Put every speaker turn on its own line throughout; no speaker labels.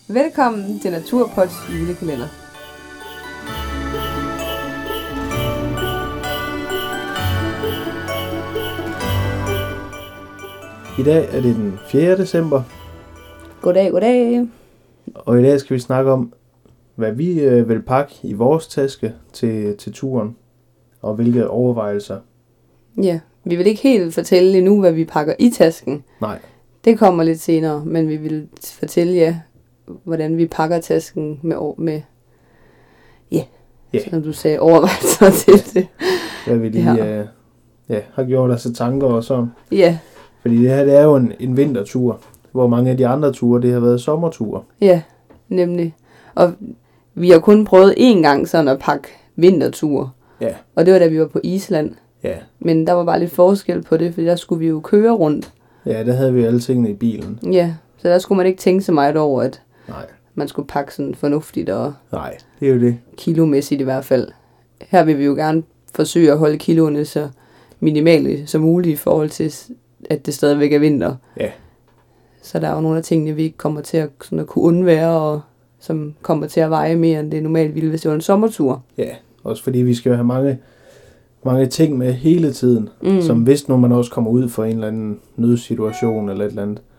Velkommen til Naturpods julekalender.
I dag er det den 4. december.
Goddag.
Og i dag skal vi snakke om, hvad vi vil pakke i vores taske til turen. Og hvilke overvejelser.
Ja, vi vil ikke helt fortælle endnu, hvad vi pakker i tasken.
Nej.
Det kommer lidt senere, men vi vil fortælle jer, hvordan vi pakker tasken med som du sagde, overvejelser til det.
Hvad vi lige har gjort os tanker og sådan.
Ja.
Fordi det her, det er jo en vintertur, hvor mange af de andre ture, det har været sommerture.
Ja, nemlig. Og vi har kun prøvet én gang sådan at pakke vinterture.
Ja.
Og det var da vi var på Island.
Ja.
Men der var bare lidt forskel på det, for der skulle vi jo køre rundt.
Ja, der havde vi alle tingene i bilen.
Ja, så der skulle man ikke tænke så meget over, at
Nej.
man skulle pakke sådan fornuftigt og
Nej, det er jo det.
kilomæssigt i hvert fald. Her vil vi jo gerne forsøge at holde kiloene så minimale som muligt i forhold til, at det stadigvæk er vinter.
Ja.
Så der er jo nogle af tingene, vi ikke kommer til at kunne undvære, og som kommer til at veje mere, end det normalt ville, hvis det var en sommertur.
Ja, også fordi vi skal jo have mange ting med hele tiden, som hvis nu man også kommer ud for en eller anden nødsituation eller et eller andet,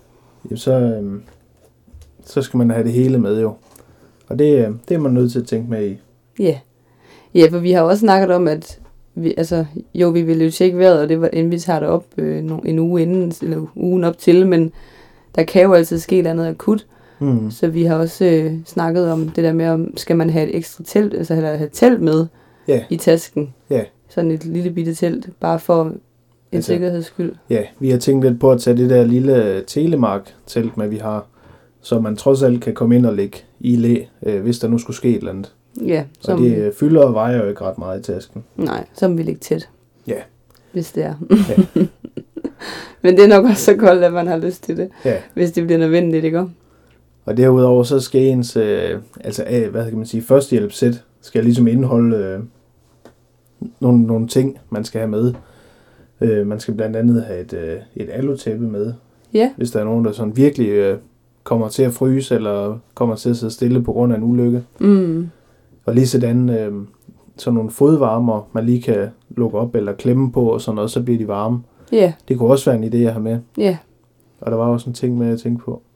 så skal man have det hele med jo. Og det er man nødt til at tænke med i.
Ja. Ja, for vi har også snakket om, at vi ville jo tjekke vejret, og det var inden vi tager det op en uge inden, eller ugen op til, men der kan jo altid ske noget akut. Så vi har også snakket om det der med, om skal man have et ekstra telt, altså have telt med i tasken.
Ja.
Sådan et lille bitte telt, bare for en sikkerheds skyld.
Ja, vi har tænkt lidt på at tage det der lille Telemark-telt med, vi har, så man trods alt kan komme ind og ligge i læ, hvis der nu skulle ske et eller andet.
Ja.
Og det fylder og vejer jo ikke ret meget i tasken.
Nej, som vil ligge tæt.
Ja.
Hvis det er.
Ja.
Men det er nok også så koldt, at man har lyst til det.
Ja.
Hvis det bliver nødvendigt, ikke?
Og derudover så skal ens, førstehjælpssæt skal ligesom indeholde nogle ting, man skal have med. Man skal blandt andet have et alutæppe med.
Ja.
Hvis der er nogen, der sådan virkelig kommer til at fryse, eller kommer til at sidde stille på grund af en ulykke. Og lige sådan sådan nogle fodvarmer, man lige kan lukke op eller klemme på, og sådan noget, så bliver de varme.
Ja.
Det kunne også være en idé at have med.
Ja.
Og der var også en ting med at tænke på.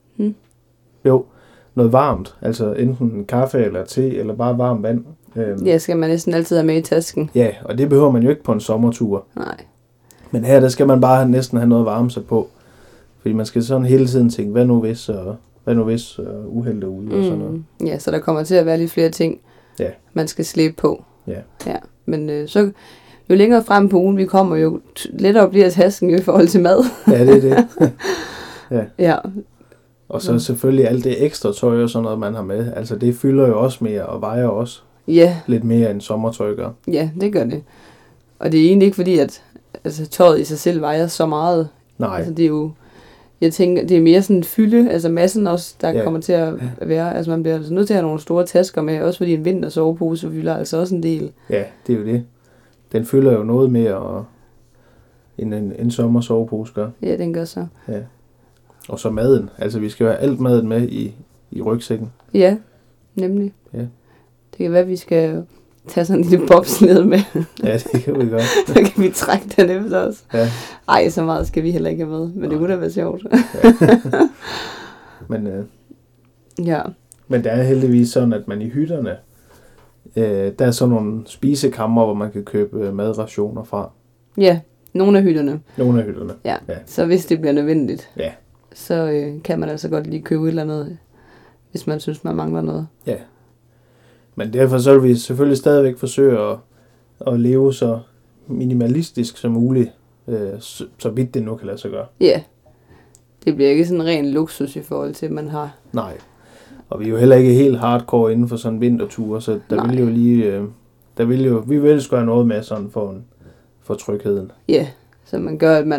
Jo, noget varmt, altså enten kaffe eller te, eller bare varmt vand.
Ja, skal man næsten altid have med i tasken.
Ja, og det behøver man jo ikke på en sommertur.
Nej.
Men her, der skal man bare næsten have noget varme sig på. Fordi man skal sådan hele tiden tænke, hvad nu hvis uheld er ude og sådan noget.
Ja, så der kommer til at være lidt flere ting, man skal slæbe på. Ja. Men så jo længere frem på ugen vi kommer, jo lettere bliver tasken i forhold til mad.
Ja, det er det.
Ja.
Og så selvfølgelig alt det ekstra tøj og sådan noget, man har med. Altså det fylder jo også mere og vejer også lidt mere end sommertøj gør.
Ja, det gør det. Og det er egentlig ikke fordi, at tøjet i sig selv vejer så meget.
Nej.
Altså det er jo, jeg tænker, det er mere sådan en fylde, altså massen også, der kommer til at være. Altså man bliver altså nødt til at have nogle store tasker med, også fordi en vintersovepose fylder altså også en del.
Ja, det er jo det. Den fylder jo noget mere end en sommersovepose gør.
Ja, den gør så.
Ja. Og så maden. Altså, vi skal jo have alt maden med i rygsækken.
Ja, nemlig.
Ja.
Det kan være, at vi skal tage sådan en lille bobsled med.
Ja, det kan vi godt.
Så kan vi trække den efter os.
Ja.
Ej, så meget skal vi heller ikke have med. Men det kunne da være sjovt.
Ja. Men der er heldigvis sådan, at man i hytterne, der er sådan nogle spisekammer, hvor man kan købe madrationer fra.
Ja, nogle af hytterne. Ja. Så hvis det bliver nødvendigt, så kan man altså godt lige købe et eller andet, hvis man synes, man mangler noget.
Ja. Men derfor så vil vi selvfølgelig stadigvæk forsøge at leve så minimalistisk som muligt, så vidt det nu kan lade sig gøre.
Ja. Det bliver ikke sådan ren luksus i forhold til, at man har.
Nej. Og vi er jo heller ikke helt hardcore inden for sådan en vintertur, så der vil jo lige, vi vil sgu have noget med sådan for trygheden.
Ja, så man gør, at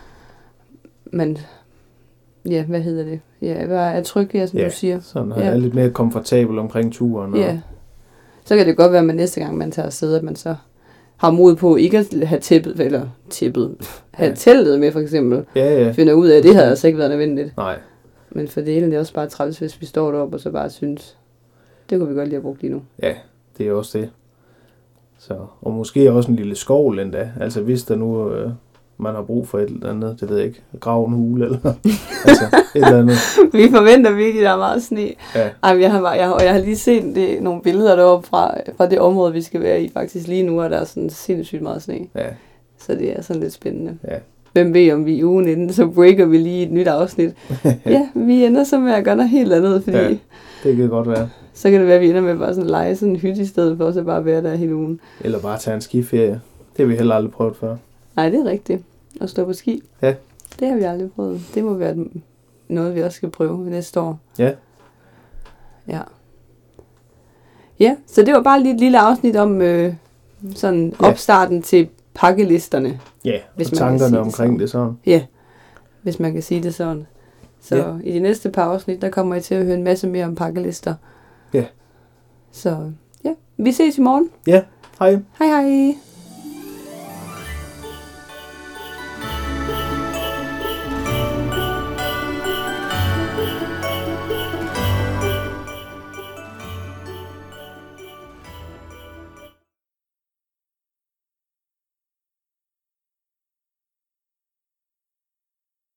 hvad hedder det? Ja, er tryg, som du siger.
Sådan er lidt mere komfortabel omkring turen.
Ja. Så kan det godt være, at man næste gang, man tager afsted, at man så har mod på ikke at have have teltet med, for eksempel.
Ja.
Finder ud af, at det havde altså ikke været nødvendigt.
Nej.
Men for delen det er også bare træls, hvis vi står deroppe og så bare synes, det kunne vi godt lige have brugt lige nu.
Ja, det er også det. Så, og måske også en lille skovl endda. Altså hvis der nu man har brug for et eller andet, det ved jeg ikke, grave en hule eller altså et eller andet.
Vi forventer virkelig, der er meget sne.
Ja.
Ej, jeg har lige set nogle billeder deroppe fra det område, vi skal være i faktisk lige nu, og der er sådan sindssygt meget sne.
Ja.
Så det er sådan lidt spændende.
Ja.
Hvem ved, om vi i ugen inden, så breaker vi lige et nyt afsnit. Ja, vi ender så med at gøre noget helt andet, fordi...
Ja, det kan godt være.
Så kan det være, at vi ender med bare sådan at lege sådan en hytte i stedet for, så bare være der hele ugen.
Eller bare tage en skiferie. Det har vi heller aldrig prøvet før.
Nej, det er rigtigt. At stå på ski.
Ja.
Det har vi aldrig prøvet. Det må være noget, vi også skal prøve næste år.
Ja.
Ja. Ja, så det var bare lige et lille afsnit om sådan opstarten til pakkelisterne.
Ja,
hvis
og tankerne omkring det sådan.
Ja, hvis man kan sige det sådan. Så i de næste par afsnit, der kommer I til at høre en masse mere om pakkelister.
Ja.
Så ja, vi ses i morgen.
Ja, hej.
Hej hej.